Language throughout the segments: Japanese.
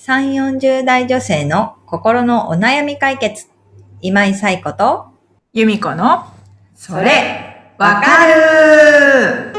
3、40代女性の心のお悩み解決。今井彩子と由美子のそれわかる。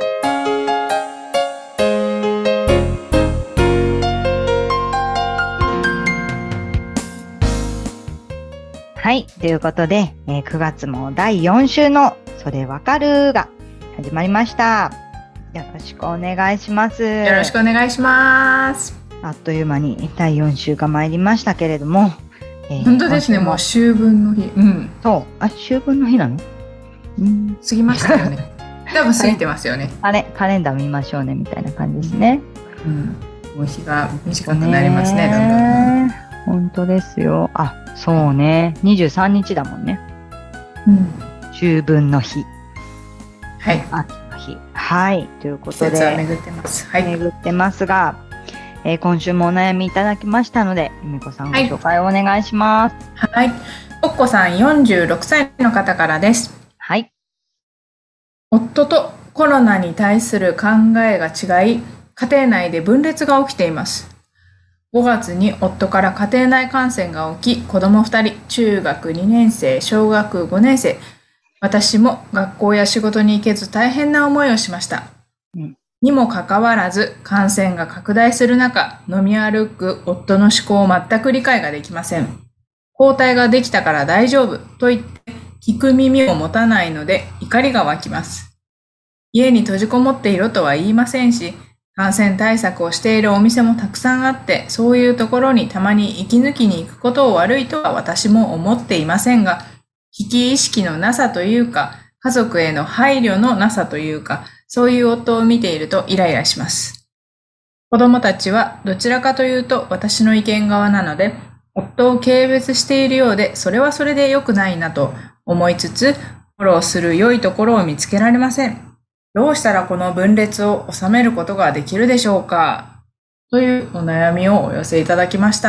はい。ということで、9月も第4週のそれわかるが始まりました。よろしくお願いします。 よろしくお願いします。 あっという間に第4週が参りましたけれども。 本当ですね。もう秋分の日。 そう。秋分の日なの？ 過ぎましたよね。多分過ぎてますよね。 カレンダー見ましょうねみたいな感じですね。 もう日が短くなりますね。どんどん。 本当ですよ。あ、そうね。23日だもんね。秋分の日。 はい。 秋の日。はい。ということで。 季節は巡ってます。はい。 巡ってますが、今週もお悩みいただきましたので、由美子さんご紹介をお願いします。 はい。コッコさん46歳の方からです。 はい。 夫とコロナに対する考えが違い、家庭内で分裂が起きています。5月に夫から家庭内感染が起き、子供2人、中学2年生、小学5年生、私も学校や仕事に行けず大変な思いをしました。にもかかわらず、感染が拡大する中、飲み歩く夫の思考を全く理解ができません。抗体ができたから大丈夫と言って聞く耳を持たないので怒りが湧きます。家に閉じこもっていろとは言いませんし、感染対策をしているお店もたくさんあって、そういうところにたまに息抜きに行くことを悪いとは私も思っていませんが、危機意識のなさというか、家族への配慮のなさというか、そういう夫を見ているとイライラします。子供たちはどちらかというと私の意見側なので、夫を軽蔑しているようで、それはそれで良くないなと思いつつ、フォローする良いところを見つけられません。どうしたらこの分裂を収めることができるでしょうか？というお悩みをお寄せいただきました。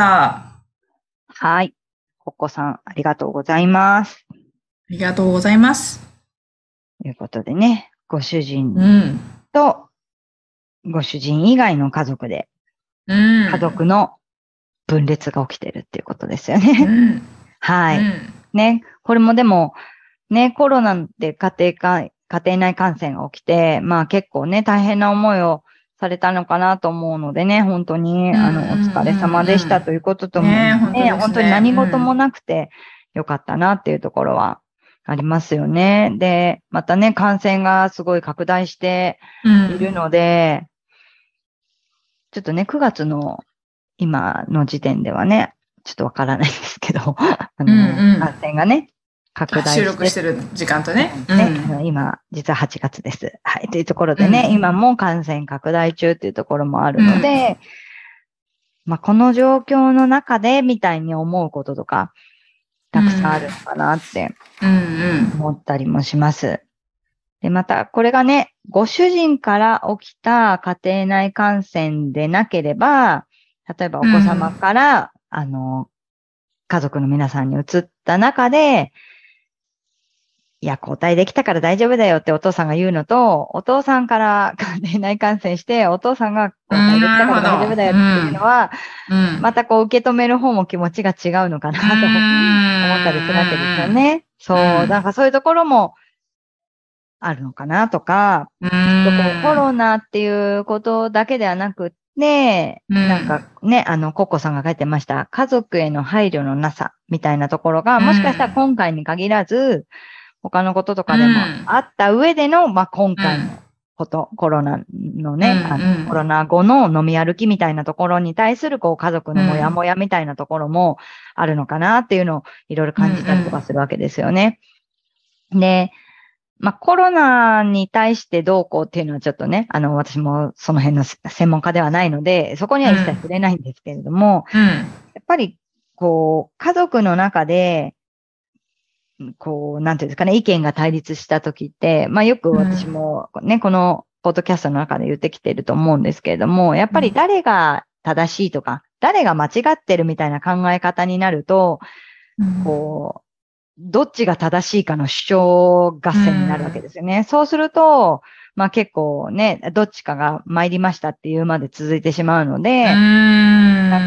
はい。コッコさん、ありがとうございます。 ありがとうございます。 ということでね、ご主人と、ご主人以外の家族で、家族の分裂が起きてるっていうことですよね。はい。ね、これもでも、ね、コロナで家庭内感染が起きて、まあ結構ね、大変な思いをされたのかなと思うのでね、本当に、お疲れ様でしたということとも、本当に何事もなくてよかったなっていうところはありますよね。で、またね、感染がすごい拡大しているので、ちょっとね、9月の今の時点ではね、ちょっとわからないですけど、感染がね、拡大して。 収録してる時間とね。 今、実は8月です。はい。というところでね、今も感染拡大中っていうところもあるので、まあ、この状況の中でみたいに思うこととか、たくさんあるのかなって思ったりもします。で、また、これがね、ご主人から起きた家庭内感染でなければ、例えばお子様から、家族の皆さんに移った中で、いや、交代できたから大丈夫だよってお父さんが言うのと、お父さんから家庭内感染して、お父さんが交代できたから大丈夫だよっていうのは、またこう受け止める方も気持ちが違うのかなと思ったりするわけですよね。そう、なんかそういうところもあるのかなとか、きっとこうコロナっていうことだけではなくて、なんかね、コッコさんが書いてました、家族への配慮のなさみたいなところが、もしかしたら今回に限らず、他のこととかでもあった上での、まあ、今回のこと、コロナのね、コロナ後の飲み歩きみたいなところに対する、こう、家族のモヤモヤみたいなところもあるのかなっていうのをいろいろ感じたりとかするわけですよね。で、まあ、コロナに対してどうこうっていうのはちょっとね、私もその辺の専門家ではないので、そこには一切触れないんですけれども、やっぱり、こう、家族の中で、こう、なんていうんですかね、意見が対立したときって、まあよく私もね、このポッドキャストの中で言ってきてると思うんですけれども、やっぱり誰が正しいとか、誰が間違ってるみたいな考え方になると、こう、どっちが正しいかの主張合戦になるわけですよね。そうすると、まあ結構ね、どっちかが参りましたっていうまで続いてしまうので、なか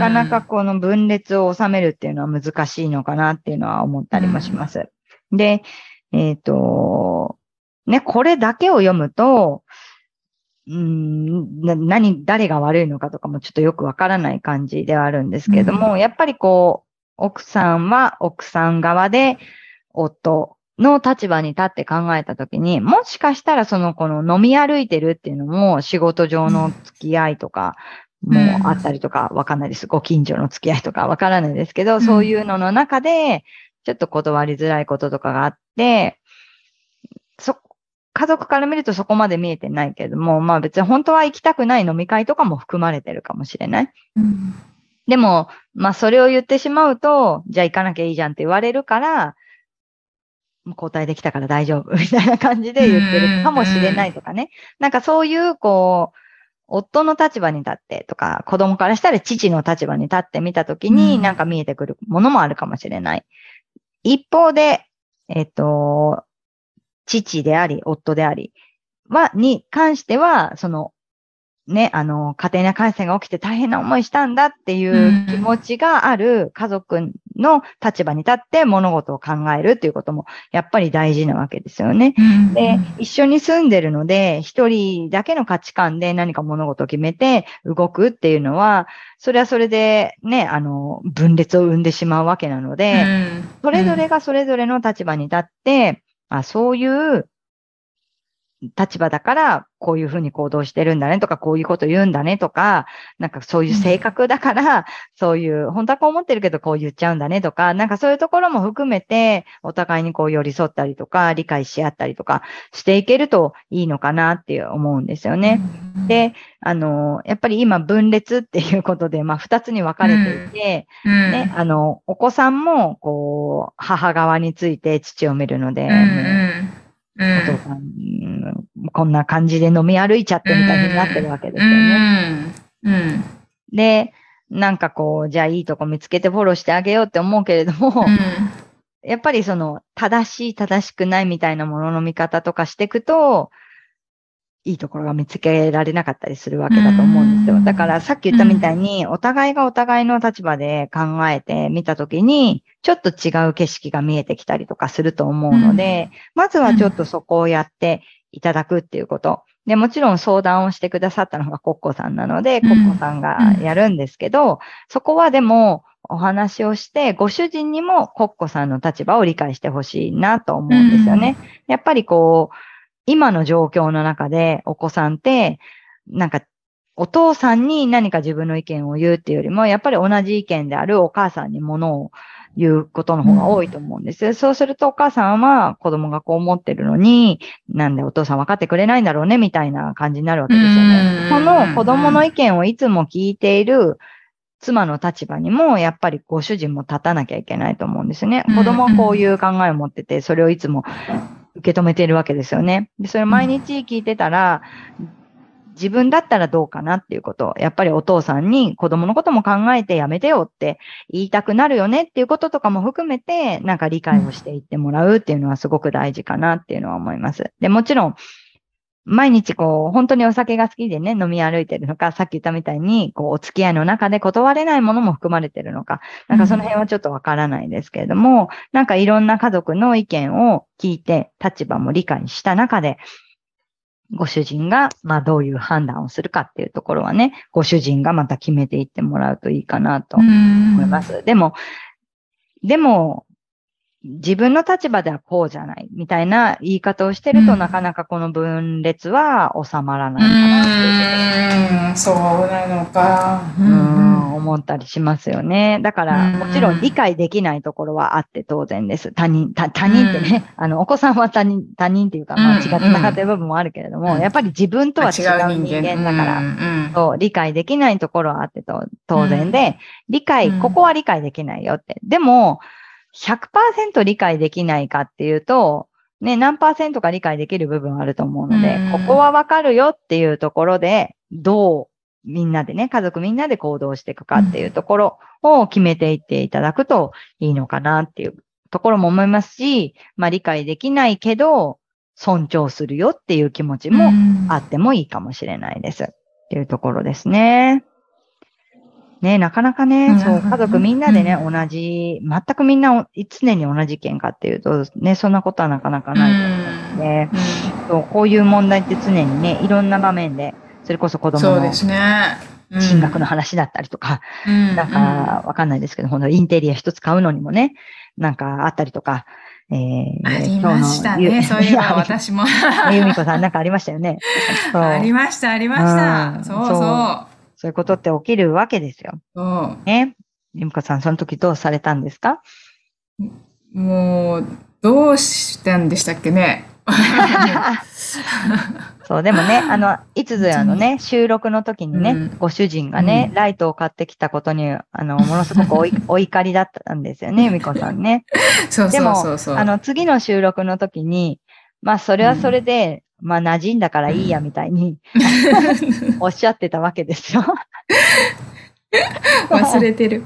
かなかこの分裂を収めるっていうのは難しいのかなっていうのは思ったりもします。で、ね、これだけを読むと、誰が悪いのかとかもちょっとよくわからない感じではあるんですけれども、やっぱりこう、奥さんは奥さん側で、夫の立場に立って考えたときに、もしかしたらこの飲み歩いてるっていうのも仕事上の付き合いとかもあったりとかわかんないです。ご近所の付き合いとかわからないですけど、そういうのの中で、ちょっと断りづらいこととかがあって、家族から見るとそこまで見えてないけれども、まあ別に本当は行きたくない飲み会とかも含まれてるかもしれない。でも、まあそれを言ってしまうと、じゃあ行かなきゃいいじゃんって言われるから、交代できたから大丈夫みたいな感じで言ってるかもしれないとかね。なんかそういう、夫の立場に立ってとか、子供からしたら父の立場に立ってみたときに、なんか見えてくるものもあるかもしれない。一方で、父であり、夫でありに関しては、家庭内感染が起きて大変な思いしたんだっていう気持ちがある家族の立場に立って物事を考えるっていうこともやっぱり大事なわけですよね。で、一緒に住んでるので、一人だけの価値観で何か物事を決めて動くっていうのは、それはそれでね、分裂を生んでしまうわけなので、それぞれがそれぞれの立場に立って、そういう立場だから、こういうふうに行動してるんだねとか、こういうこと言うんだねとか、なんかそういう性格だから、そういう、本当はこう思ってるけどこう言っちゃうんだねとか、なんかそういうところも含めて、お互いに寄り添ったりとか、理解し合ったりとかしていけるといいのかなって思うんですよね。で、やっぱり今分裂っていうことで、二つに分かれていて、ね、お子さんも、母側について父を見るので、お父さん、こんな感じで飲み歩いちゃってみたいになってるわけですよね。で、なんかじゃあいいとこ見つけてフォローしてあげようって思うけれども、やっぱり正しい正しくないみたいなものの見方とかしていくと、いいところが見つけられなかったりするわけだと思うんですよ。だからさっき言ったみたいに、お互いがお互いの立場で考えてみたときに、ちょっと違う景色が見えてきたりとかすると思うので、まずはちょっとそこをやっていただくっていうこと。で、もちろん相談をしてくださったのがコッコさんなので、コッコさんがやるんですけど、そこはでもお話をして、ご主人にもコッコさんの立場を理解してほしいなと思うんですよね。やっぱり今の状況の中でお子さんって、なんか、お父さんに何か自分の意見を言うっていうよりも、やっぱり同じ意見であるお母さんにものを言うことの方が多いと思うんです。そうするとお母さんは子供がこう思ってるのに、なんでお父さん分かってくれないんだろうね、みたいな感じになるわけですよね。その子供の意見をいつも聞いている妻の立場にも、やっぱりご主人も立たなきゃいけないと思うんですね。子供はこういう考えを持ってて、それをいつも受け止めているわけですよね。で、それを毎日聞いてたら、自分だったらどうかなっていうことを、やっぱりお父さんに子供のことも考えてやめてよって言いたくなるよねっていうこととかも含めて、なんか理解をしていってもらうっていうのはすごく大事かなっていうのは思います。で、もちろん、毎日本当にお酒が好きでね、飲み歩いてるのか、さっき言ったみたいに、お付き合いの中で断れないものも含まれてるのか、なんかその辺はちょっとわからないですけれども、なんかいろんな家族の意見を聞いて、立場も理解した中で、ご主人が、どういう判断をするかっていうところはね、ご主人がまた決めていってもらうといいかなと思います。でも、自分の立場ではこうじゃないみたいな言い方をしてると、なかなかこの分裂は収まらないかなっていう。 そうなのか。 思ったりしますよね。だから、もちろん理解できないところはあって当然です。他人ってね、お子さんは他人っていうか、違ってなかった部分もあるけれども、やっぱり自分とは違う人間だから、理解できないところはあって当然で、ここは理解できないよって。でも、100% 理解できないかっていうと、ね、何%か理解できる部分あると思うので、ここはわかるよっていうところで、どうみんなでね、家族みんなで行動していくかっていうところを決めていっていただくといいのかなっていうところも思いますし、理解できないけど、尊重するよっていう気持ちもあってもいいかもしれないです。っていうところですね。 ね、なかなかね、そう、家族みんなでね、全くみんな常に同じ意見かっていうと、ね、そんなことはなかなかないと思うので、そう、こういう問題って常にね、いろんな場面で、それこそ子供のそうですね。 進学の話だったりとか、なんかわかんないですけど、ほんとインテリア一つ買うのにもね、なんかあったりとか、 ありましたね。そういえば私も。 由美子さんなんかありましたよね。そう。 ありました、ありました。そうそう。 そういうことって起きるわけですよ。 そう。 ね。由美子さん、その時どうされたんですか？ もう、どうしたんでしたっけね。 そう、でもね、いつぞやのね、収録の時にね、ご主人がね、ライトを買ってきたことに、ものすごくお怒りだったんですよね、由美子さんね。 そうでも、 そう次の収録の時に、まあ、それはそれで、まあ、馴染んだからいいや、みたいに、おっしゃってたわけですよ。 忘れてる。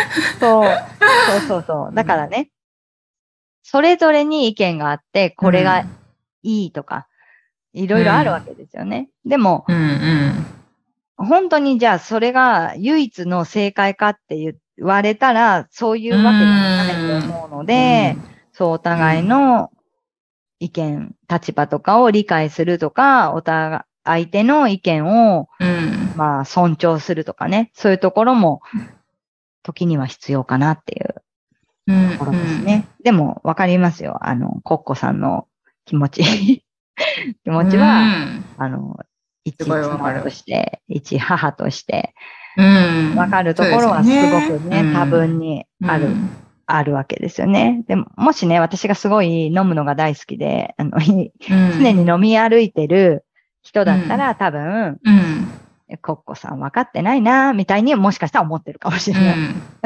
そう。だからね、それぞれに意見があって、これがいいとか、いろいろあるわけですよね。でも、本当にじゃあそれが唯一の正解かって言われたら、そういうわけじゃないと思うので、そう、お互いの意見、立場とかを理解するとか、相手の意見を、まあ、尊重するとかね、そういうところも、時には必要かなっていうところですね。でも、わかりますよ。コッコさんの気持ち。気持ちは、一妻として、一母として、わかるところはすごくね、多分にあるわけですよね。でも、もしね、私がすごい飲むのが大好きで、常に飲み歩いてる人だったら、多分、コッコさん分かってないな、みたいにもしかしたら思ってるかもしれない。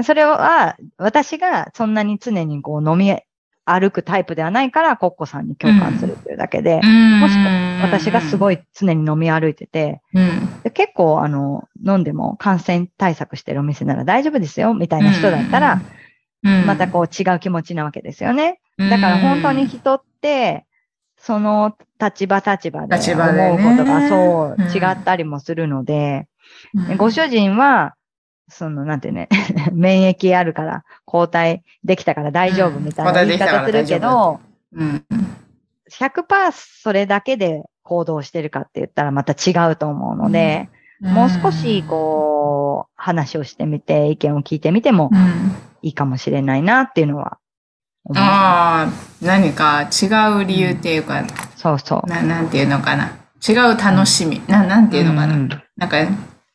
それは、私がそんなに常にこう飲み歩くタイプではないから、コッコさんに共感するっていうだけで、もし私がすごい常に飲み歩いてて、で結構飲んでも感染対策してるお店なら大丈夫ですよ、みたいな人だったら、またこう違う気持ちなわけですよね。だから本当に人って、その立場で思うことがそう違ったりもするので、ご主人は、なんてね、免疫あるから、抗体できたから大丈夫みたいな言い方するけど、100% それだけで行動してるかって言ったらまた違うと思うので、もう少しこう、話をしてみて、意見を聞いてみてもいいかもしれないなっていうのは思います。 ああ、何か違う理由っていうか、 そう。 なんていうのかな。違う楽しみ。なんていうのかな。なんか、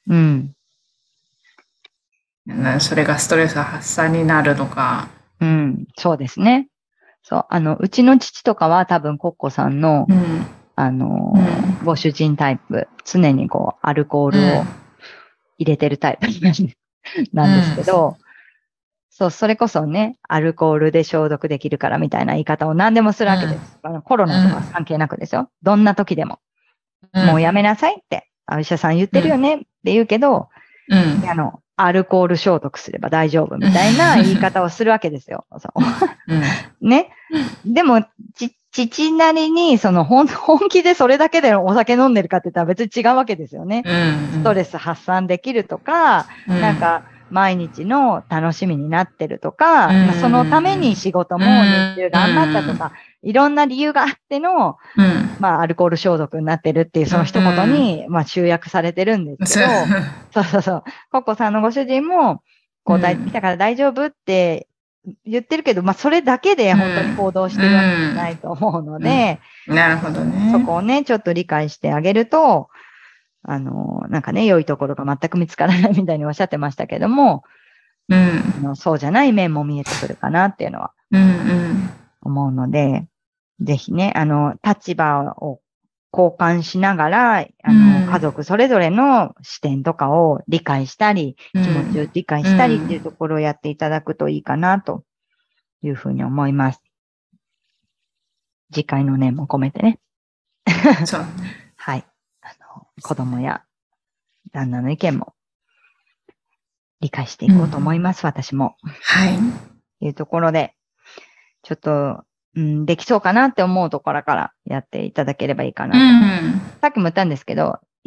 それがストレス発散になるのか。 そうですね。そう、うちの父とかは多分コッコさんの、ご主人タイプ、常にこう、アルコールを入れてるタイプなんですけど、そう、それこそね、アルコールで消毒できるからみたいな言い方を何でもするわけです。コロナとか関係なくですよ。どんな時でも。もうやめなさいって、お医者さん言ってるよねって言うけど、アルコール消毒すれば大丈夫みたいな言い方をするわけですよ。ね。でも、父なりに、本気でそれだけでお酒飲んでるかって言ったら別に違うわけですよね。ストレス発散できるとか、なんか、毎日の楽しみになってるとか、そのために仕事も日中頑張ったとか、いろんな理由があっての、アルコール消毒になってるっていうその一言に、集約されてるんですけど、そう。コッコさんのご主人も、抗体来たから大丈夫って言ってるけど、それだけで本当に行動してるわけじゃないと思うので、 なるほどね。 そこをね、ちょっと理解してあげると、なんかね、良いところが全く見つからないみたいにおっしゃってましたけども、そうじゃない面も見えてくるかなっていうのは、思うので、ぜひね、立場を交換しながら、家族それぞれの視点とかを理解したり、気持ちを理解したりっていうところをやっていただくといいかなというふうに思います。次回の念も込めてね。 そう。 はい。子供や旦那の意見も理解していこうと思います、私も。 はい。 というところで、ちょっと、できそうかなって思うところからやっていただければいいかなと。さっきも言ったんですけど、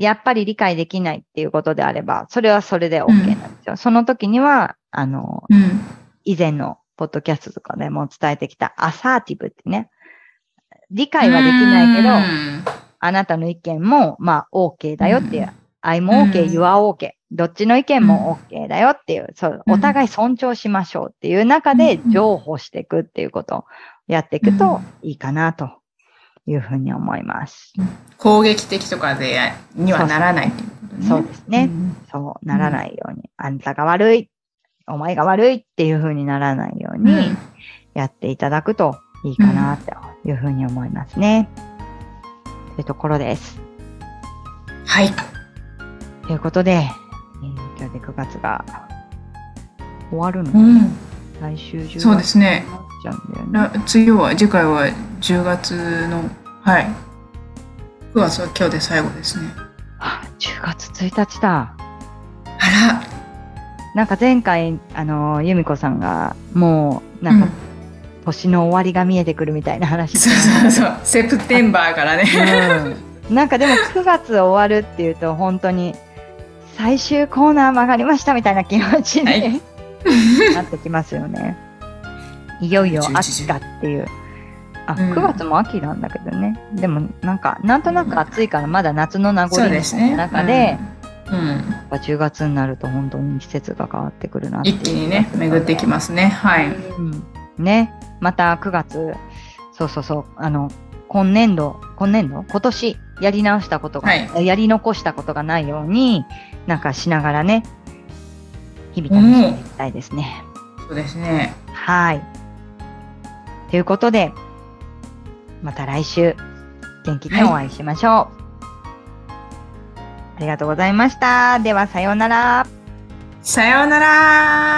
やっぱり理解できないっていうことであれば、それはそれで OK なんですよ。その時には、以前のポッドキャストとかでも伝えてきたアサーティブってね、理解はできないけど、あなたの意見も、まあ、OK だよっていう、I も OK、You are OK。どっちの意見も OK だよっていう、そう、お互い尊重しましょうっていう中で譲歩していくっていうことをやっていくといいかなというふうに思います。 攻撃的とかにはならないっていうことね。 そうですね。そうならないように、あんたが悪い、お前が悪いっていうふうにならないようにやっていただくといいかなというふうに思いますね。というところです。 はい。 ということで、今日で9月が終わるの、来週10月そうですね。 ちゃうんだよね。 次回は10月の、はい。9月は今日で最後ですね。 10月1日だ。 あら。 なんか前回、由美子さんが、もう、なんか、年の終わりが見えてくるみたいな話。 そう。セプテンバーからね。 なんかでも9月終わるっていうと、本当に、最終コーナー曲がりましたみたいな気持ちに、なってきますよね。いよいよ秋かっていう。9月も秋なんだけどね。でもなんとなく暑いからまだ夏の名残の中で、10月になると本当に季節が変わってくるなっていう。 一気にね、巡ってきますね。はい。 ね。また9月、そう、今年やり直したことが、やり残したことがないように、なんかしながらね、日々楽しんでいきたいですね。 そうですね。 はい。ということで、また来週、元気にお会いしましょう。ありがとうございました。では、さようなら。 さようなら。